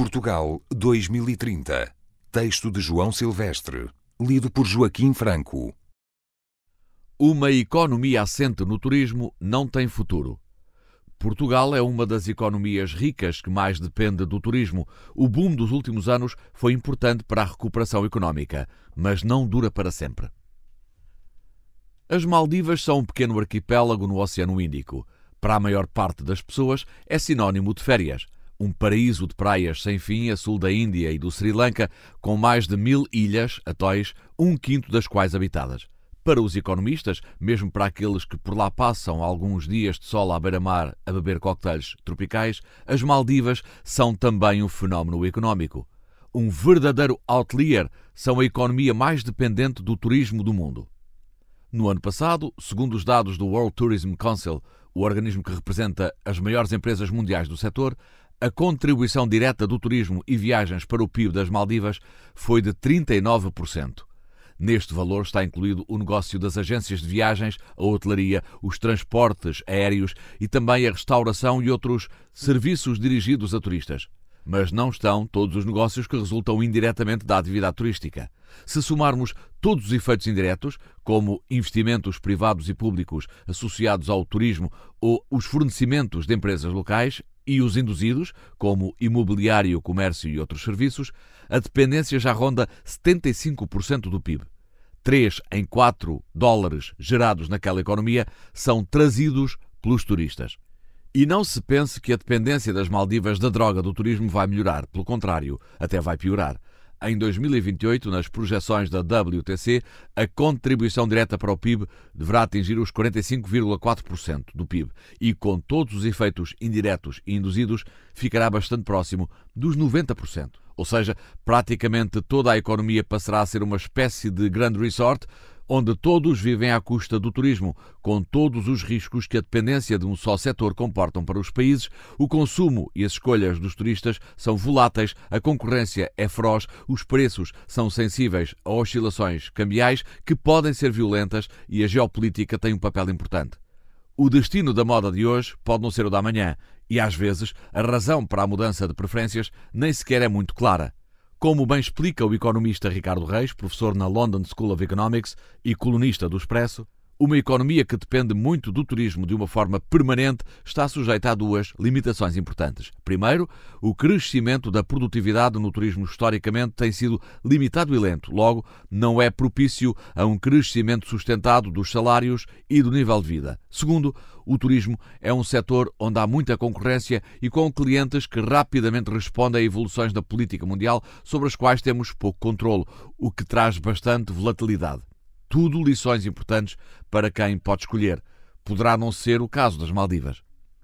Portugal 2030. Texto de João Silvestre. Lido por Joaquim Franco. Uma economia assente no turismo não tem futuro. Portugal é uma das economias ricas que mais depende do turismo. O boom dos últimos anos foi importante para a recuperação económica, mas não dura para sempre. As Maldivas são um pequeno arquipélago no Oceano Índico. Para a maior parte das pessoas é sinónimo de férias. Um paraíso de praias sem fim a sul da Índia e do Sri Lanka, com mais de 1000 ilhas, atóis, 1/5 das quais habitadas. Para os economistas, mesmo para aqueles que por lá passam alguns dias de sol à beira-mar a beber coquetéis tropicais, as Maldivas são também um fenómeno económico. Um verdadeiro outlier, são a economia mais dependente do turismo do mundo. No ano passado, segundo os dados do World Tourism Council, o organismo que representa as maiores empresas mundiais do setor, a contribuição direta do turismo e viagens para o PIB das Maldivas foi de 39%. Neste valor está incluído o negócio das agências de viagens, a hotelaria, os transportes aéreos e também a restauração e outros serviços dirigidos a turistas. Mas não estão todos os negócios que resultam indiretamente da atividade turística. Se somarmos todos os efeitos indiretos, como investimentos privados e públicos associados ao turismo ou os fornecimentos de empresas locais, e os induzidos, como imobiliário, comércio e outros serviços, a dependência já ronda 75% do PIB. 3 em 4 dólares gerados naquela economia são trazidos pelos turistas. E não se pense que a dependência das Maldivas da droga do turismo vai melhorar. Pelo contrário, até vai piorar. Em 2028, nas projeções da WTC, a contribuição direta para o PIB deverá atingir os 45,4% do PIB e, com todos os efeitos indiretos e induzidos, ficará bastante próximo dos 90%. Ou seja, praticamente toda a economia passará a ser uma espécie de grande resort, onde todos vivem à custa do turismo, com todos os riscos que a dependência de um só setor comportam para os países. O consumo e as escolhas dos turistas são voláteis, a concorrência é feroz, os preços são sensíveis a oscilações cambiais que podem ser violentas e a geopolítica tem um papel importante. O destino da moda de hoje pode não ser o da amanhã e, às vezes, a razão para a mudança de preferências nem sequer é muito clara. Como bem explica o economista Ricardo Reis, professor na London School of Economics e colunista do Expresso, uma economia que depende muito do turismo de uma forma permanente está sujeita a duas limitações importantes. Primeiro, o crescimento da produtividade no turismo historicamente tem sido limitado e lento, logo não é propício a um crescimento sustentado dos salários e do nível de vida. Segundo, o turismo é um setor onde há muita concorrência e com clientes que rapidamente respondem a evoluções da política mundial sobre as quais temos pouco controlo, o que traz bastante volatilidade. Tudo lições importantes para quem pode escolher. Poderá não ser o caso das Maldivas.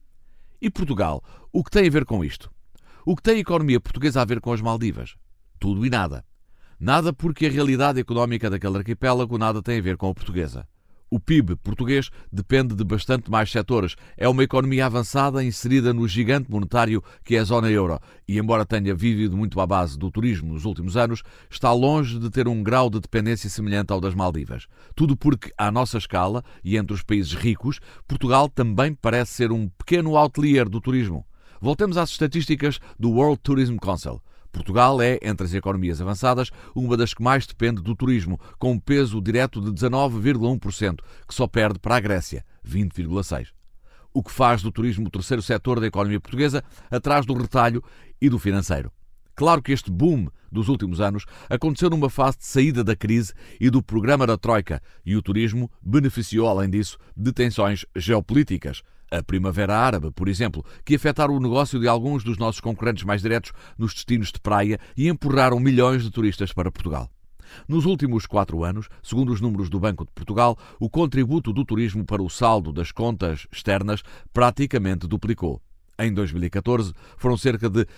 E Portugal? O que tem a ver com isto? O que tem a economia portuguesa a ver com as Maldivas? Tudo e nada. Nada porque a realidade económica daquele arquipélago nada tem a ver com a portuguesa. O PIB português depende de bastante mais setores. É uma economia avançada inserida no gigante monetário que é a zona euro e, embora tenha vivido muito à base do turismo nos últimos anos, está longe de ter um grau de dependência semelhante ao das Maldivas. Tudo porque, à nossa escala e entre os países ricos, Portugal também parece ser um pequeno outlier do turismo. Voltemos às estatísticas do World Tourism Council. Portugal é, entre as economias avançadas, uma das que mais depende do turismo, com um peso direto de 19,1%, que só perde para a Grécia, 20,6%. O que faz do turismo o terceiro setor da economia portuguesa, atrás do retalho e do financeiro. Claro que este boom dos últimos anos aconteceu numa fase de saída da crise e do programa da Troika, e o turismo beneficiou, além disso, de tensões geopolíticas. A Primavera Árabe, por exemplo, que afetaram o negócio de alguns dos nossos concorrentes mais diretos nos destinos de praia e empurraram milhões de turistas para Portugal. Nos últimos 4 anos, segundo os números do Banco de Portugal, o contributo do turismo para o saldo das contas externas praticamente duplicou. Em 2014, foram cerca de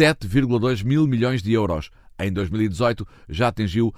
7,2 mil milhões de euros. Em 2018, já atingiu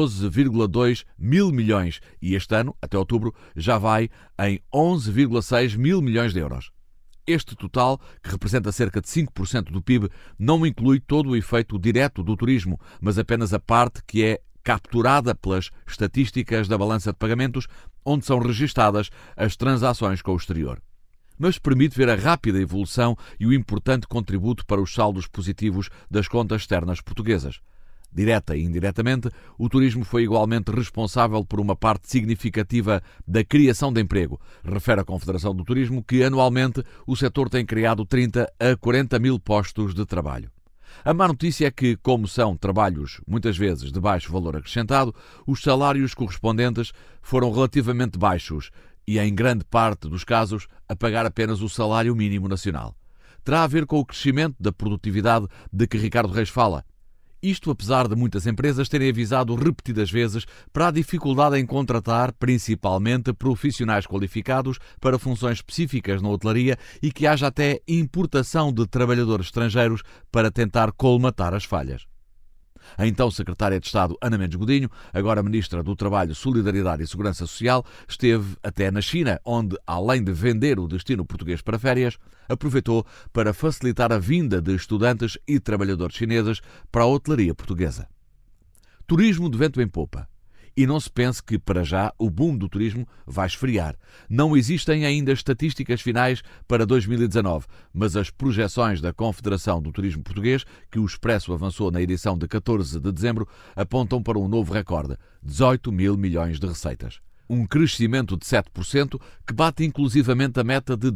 12,2 mil milhões e este ano, até outubro, já vai em 11,6 mil milhões de euros. Este total, que representa cerca de 5% do PIB, não inclui todo o efeito direto do turismo, mas apenas a parte que é capturada pelas estatísticas da balança de pagamentos, onde são registadas as transações com o exterior. mas permite ver a rápida evolução e o importante contributo para os saldos positivos das contas externas portuguesas. Direta e indiretamente, o turismo foi igualmente responsável por uma parte significativa da criação de emprego. Refere a Confederação do Turismo que, anualmente, o setor tem criado 30 a 40 mil postos de trabalho. A má notícia é que, como são trabalhos muitas vezes de baixo valor acrescentado, os salários correspondentes foram relativamente baixos e, em grande parte dos casos, a pagar apenas o salário mínimo nacional. Terá a ver com o crescimento da produtividade de que Ricardo Reis fala. Isto apesar de muitas empresas terem avisado repetidas vezes para a dificuldade em contratar, principalmente, profissionais qualificados para funções específicas na hotelaria e que haja até importação de trabalhadores estrangeiros para tentar colmatar as falhas. A então secretária de Estado Ana Mendes Godinho, agora ministra do Trabalho, Solidariedade e Segurança Social, esteve até na China, onde, além de vender o destino português para férias, aproveitou para facilitar a vinda de estudantes e trabalhadores chineses para a hotelaria portuguesa. Turismo de vento em popa. E não se pense que, para já, o boom do turismo vai esfriar. Não existem ainda estatísticas finais para 2019, mas as projeções da Confederação do Turismo Português, que o Expresso avançou na edição de 14 de dezembro, apontam para um novo recorde, 18 mil milhões de receitas. Um crescimento de 7% que bate inclusivamente a meta de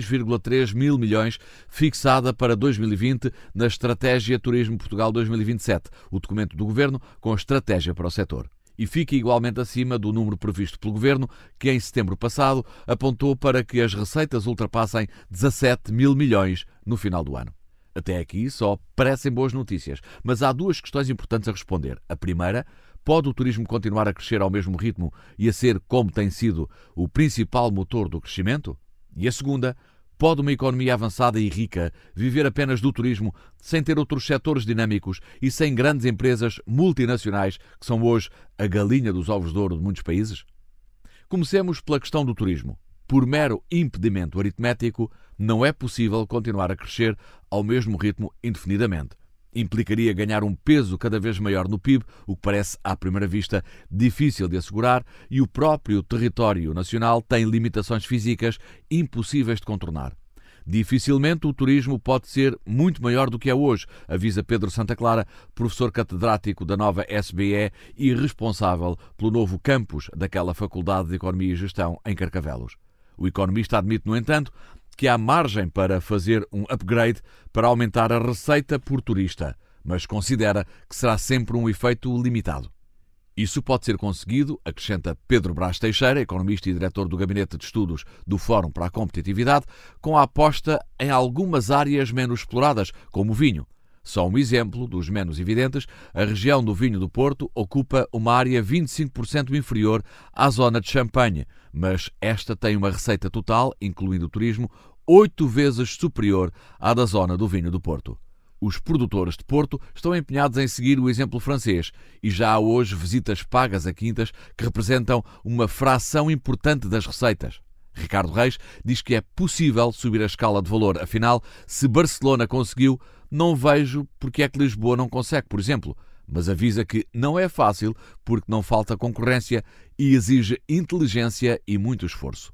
16,3 mil milhões fixada para 2020 na Estratégia Turismo Portugal 2027, o documento do Governo com a estratégia para o setor. E fica igualmente acima do número previsto pelo Governo, que em setembro passado apontou para que as receitas ultrapassem 17 mil milhões no final do ano. Até aqui só parecem boas notícias, mas há duas questões importantes a responder. A primeira, pode o turismo continuar a crescer ao mesmo ritmo e a ser, como tem sido, o principal motor do crescimento? E a segunda, pode uma economia avançada e rica viver apenas do turismo sem ter outros setores dinâmicos e sem grandes empresas multinacionais que são hoje a galinha dos ovos de ouro de muitos países? Comecemos pela questão do turismo. Por mero impedimento aritmético, não é possível continuar a crescer ao mesmo ritmo indefinidamente. Implicaria ganhar um peso cada vez maior no PIB, o que parece, à primeira vista, difícil de assegurar, e o próprio território nacional tem limitações físicas impossíveis de contornar. Dificilmente o turismo pode ser muito maior do que é hoje, avisa Pedro Santa Clara, professor catedrático da nova SBE e responsável pelo novo campus daquela Faculdade de Economia e Gestão em Carcavelos. O economista admite, no entanto, que há margem para fazer um upgrade para aumentar a receita por turista, mas considera que será sempre um efeito limitado. Isso pode ser conseguido, acrescenta Pedro Brás Teixeira, economista e diretor do Gabinete de Estudos do Fórum para a Competitividade, com a aposta em algumas áreas menos exploradas, como o vinho. Só um exemplo dos menos evidentes, a região do vinho do Porto ocupa uma área 25% inferior à zona de Champagne, mas esta tem uma receita total, incluindo o turismo, 8 vezes superior à da zona do vinho do Porto. Os produtores de Porto estão empenhados em seguir o exemplo francês e já há hoje visitas pagas a quintas que representam uma fração importante das receitas. Ricardo Reis diz que é possível subir a escala de valor, afinal, se Barcelona conseguiu, não vejo porque é que Lisboa não consegue, por exemplo, mas avisa que não é fácil porque não falta concorrência e exige inteligência e muito esforço.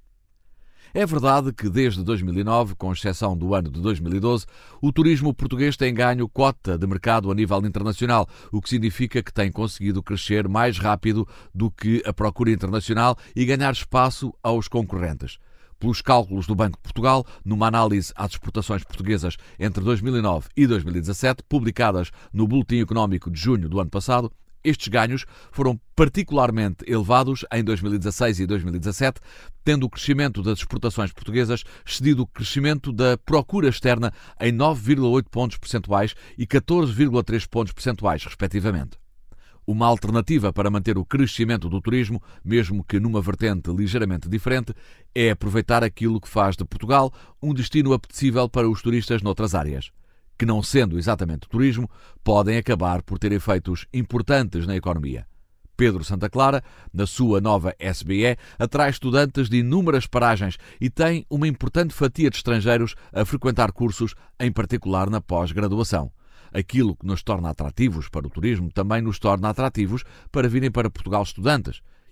É verdade que desde 2009, com exceção do ano de 2012, o turismo português tem ganho cota de mercado a nível internacional, o que significa que tem conseguido crescer mais rápido do que a procura internacional e ganhar espaço aos concorrentes. Pelos cálculos do Banco de Portugal, numa análise às exportações portuguesas entre 2009 e 2017, publicadas no Boletim Económico de junho do ano passado, estes ganhos foram particularmente elevados em 2016 e 2017, tendo o crescimento das exportações portuguesas excedido o crescimento da procura externa em 9,8 pontos percentuais e 14,3 pontos percentuais, respectivamente. Uma alternativa para manter o crescimento do turismo, mesmo que numa vertente ligeiramente diferente, é aproveitar aquilo que faz de Portugal um destino apetecível para os turistas noutras áreas, que, não sendo exatamente turismo, podem acabar por ter efeitos importantes na economia. Pedro Santa Clara, na sua nova SBE, atrai estudantes de inúmeras paragens e tem uma importante fatia de estrangeiros a frequentar cursos, em particular na pós-graduação. Aquilo que nos torna atrativos para o turismo também nos torna atrativos para virem para Portugal estudantes.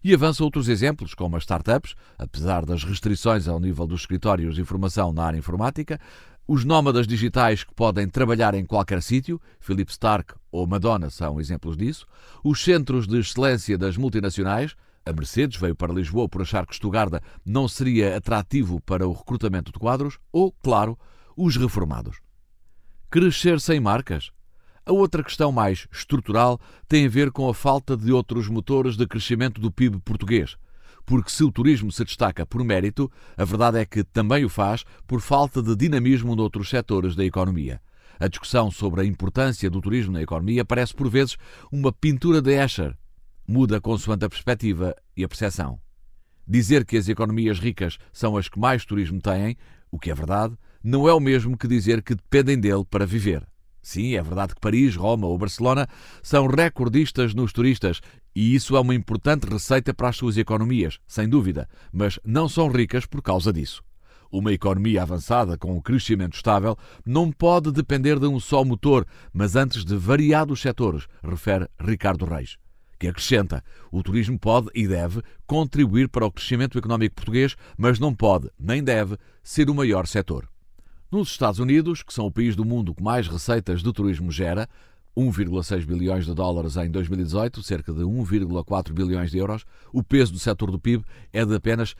E avança outros exemplos, como as startups, apesar das restrições ao nível dos escritórios de informação na área informática, os nómadas digitais que podem trabalhar em qualquer sítio, Philip Stark ou Madonna são exemplos disso, os centros de excelência das multinacionais, a Mercedes veio para Lisboa por achar que Stuttgart não seria atrativo para o recrutamento de quadros, ou, claro, os reformados. Crescer sem marcas? A outra questão mais estrutural tem a ver com a falta de outros motores de crescimento do PIB português. Porque se o turismo se destaca por mérito, a verdade é que também o faz por falta de dinamismo noutros setores da economia. A discussão sobre a importância do turismo na economia parece por vezes uma pintura de Escher. Muda consoante a perspectiva e a percepção. Dizer que as economias ricas são as que mais turismo têm, o que é verdade, não é o mesmo que dizer que dependem dele para viver. Sim, é verdade que Paris, Roma ou Barcelona são recordistas nos turistas e isso é uma importante receita para as suas economias, sem dúvida, mas não são ricas por causa disso. Uma economia avançada com um crescimento estável não pode depender de um só motor, mas antes de variados setores, refere Ricardo Reis, que acrescenta: o turismo pode e deve contribuir para o crescimento económico português, mas não pode, nem deve, ser o maior setor. Nos Estados Unidos, que são o país do mundo que mais receitas de turismo gera, 1,6 bilhões de dólares em 2018, cerca de 1,4 bilhões de euros, o peso do setor do PIB é de apenas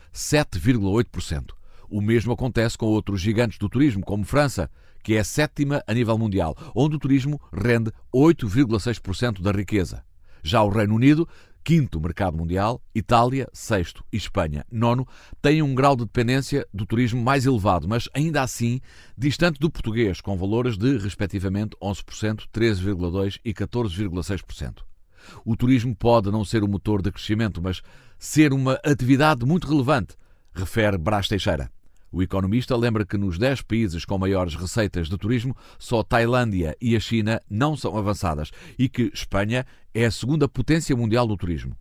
7,8%. O mesmo acontece com outros gigantes do turismo, como França, que é a sétima a nível mundial, onde o turismo rende 8,6% da riqueza. Já o Reino Unido, quinto mercado mundial, Itália, sexto e Espanha, nono, têm um grau de dependência do turismo mais elevado, mas ainda assim distante do português, com valores de, respectivamente, 11%, 13,2% e 14,6%. O turismo pode não ser o motor de crescimento, mas ser uma atividade muito relevante, refere Brás Teixeira. O economista lembra que nos 10 países com maiores receitas de turismo, só Tailândia e a China não são avançadas e que Espanha é a segunda potência mundial do turismo.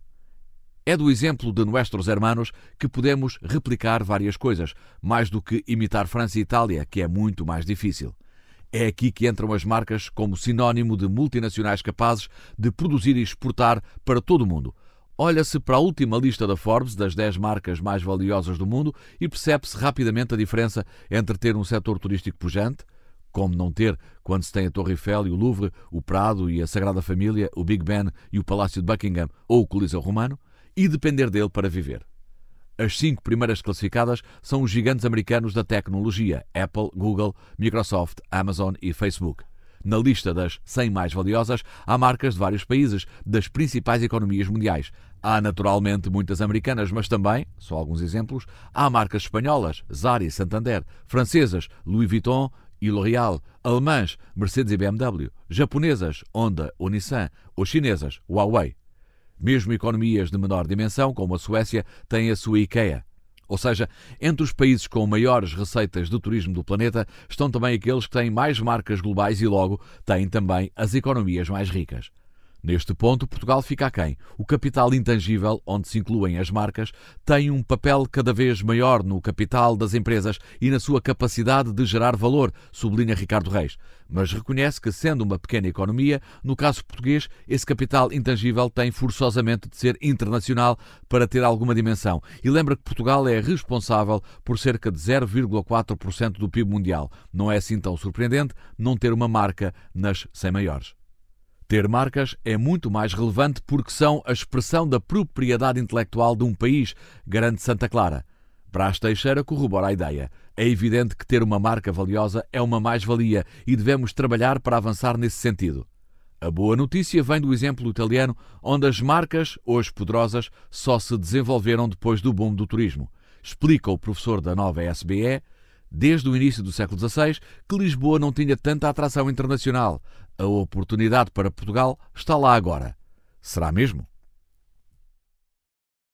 É do exemplo de Nuestros Hermanos que podemos replicar várias coisas, mais do que imitar França e Itália, que é muito mais difícil. É aqui que entram as marcas como sinónimo de multinacionais capazes de produzir e exportar para todo o mundo. Olha-se para a última lista da Forbes das 10 marcas mais valiosas do mundo e percebe-se rapidamente a diferença entre ter um setor turístico pujante, como não ter quando se tem a Torre Eiffel e o Louvre, o Prado e a Sagrada Família, o Big Ben e o Palácio de Buckingham ou o Coliseu Romano, e depender dele para viver. As 5 primeiras classificadas são os gigantes americanos da tecnologia, Apple, Google, Microsoft, Amazon e Facebook. Na lista das 100 mais valiosas, há marcas de vários países, das principais economias mundiais. Há naturalmente muitas americanas, mas também, só alguns exemplos, há marcas espanholas, Zara e Santander, francesas, Louis Vuitton e L'Oréal, alemãs, Mercedes e BMW, japonesas, Honda ou Nissan, ou chinesas, Huawei. Mesmo economias de menor dimensão, como a Suécia, têm a sua IKEA. Ou seja, entre os países com maiores receitas de turismo do planeta estão também aqueles que têm mais marcas globais e logo têm também as economias mais ricas. Neste ponto, Portugal fica aquém. O capital intangível, onde se incluem as marcas, tem um papel cada vez maior no capital das empresas e na sua capacidade de gerar valor, sublinha Ricardo Reis. Mas reconhece que, sendo uma pequena economia, no caso português, esse capital intangível tem forçosamente de ser internacional para ter alguma dimensão. E lembra que Portugal é responsável por cerca de 0,4% do PIB mundial. Não é assim tão surpreendente não ter uma marca nas 100 maiores. Ter marcas é muito mais relevante porque são a expressão da propriedade intelectual de um país, garante Santa Clara. Brás Teixeira corrobora a ideia. É evidente que ter uma marca valiosa é uma mais-valia e devemos trabalhar para avançar nesse sentido. A boa notícia vem do exemplo italiano, onde as marcas, hoje poderosas, só se desenvolveram depois do boom do turismo. Explica o professor da nova SBE, desde o início do século XVI, que Lisboa não tinha tanta atração internacional. A oportunidade para Portugal está lá agora. Será mesmo?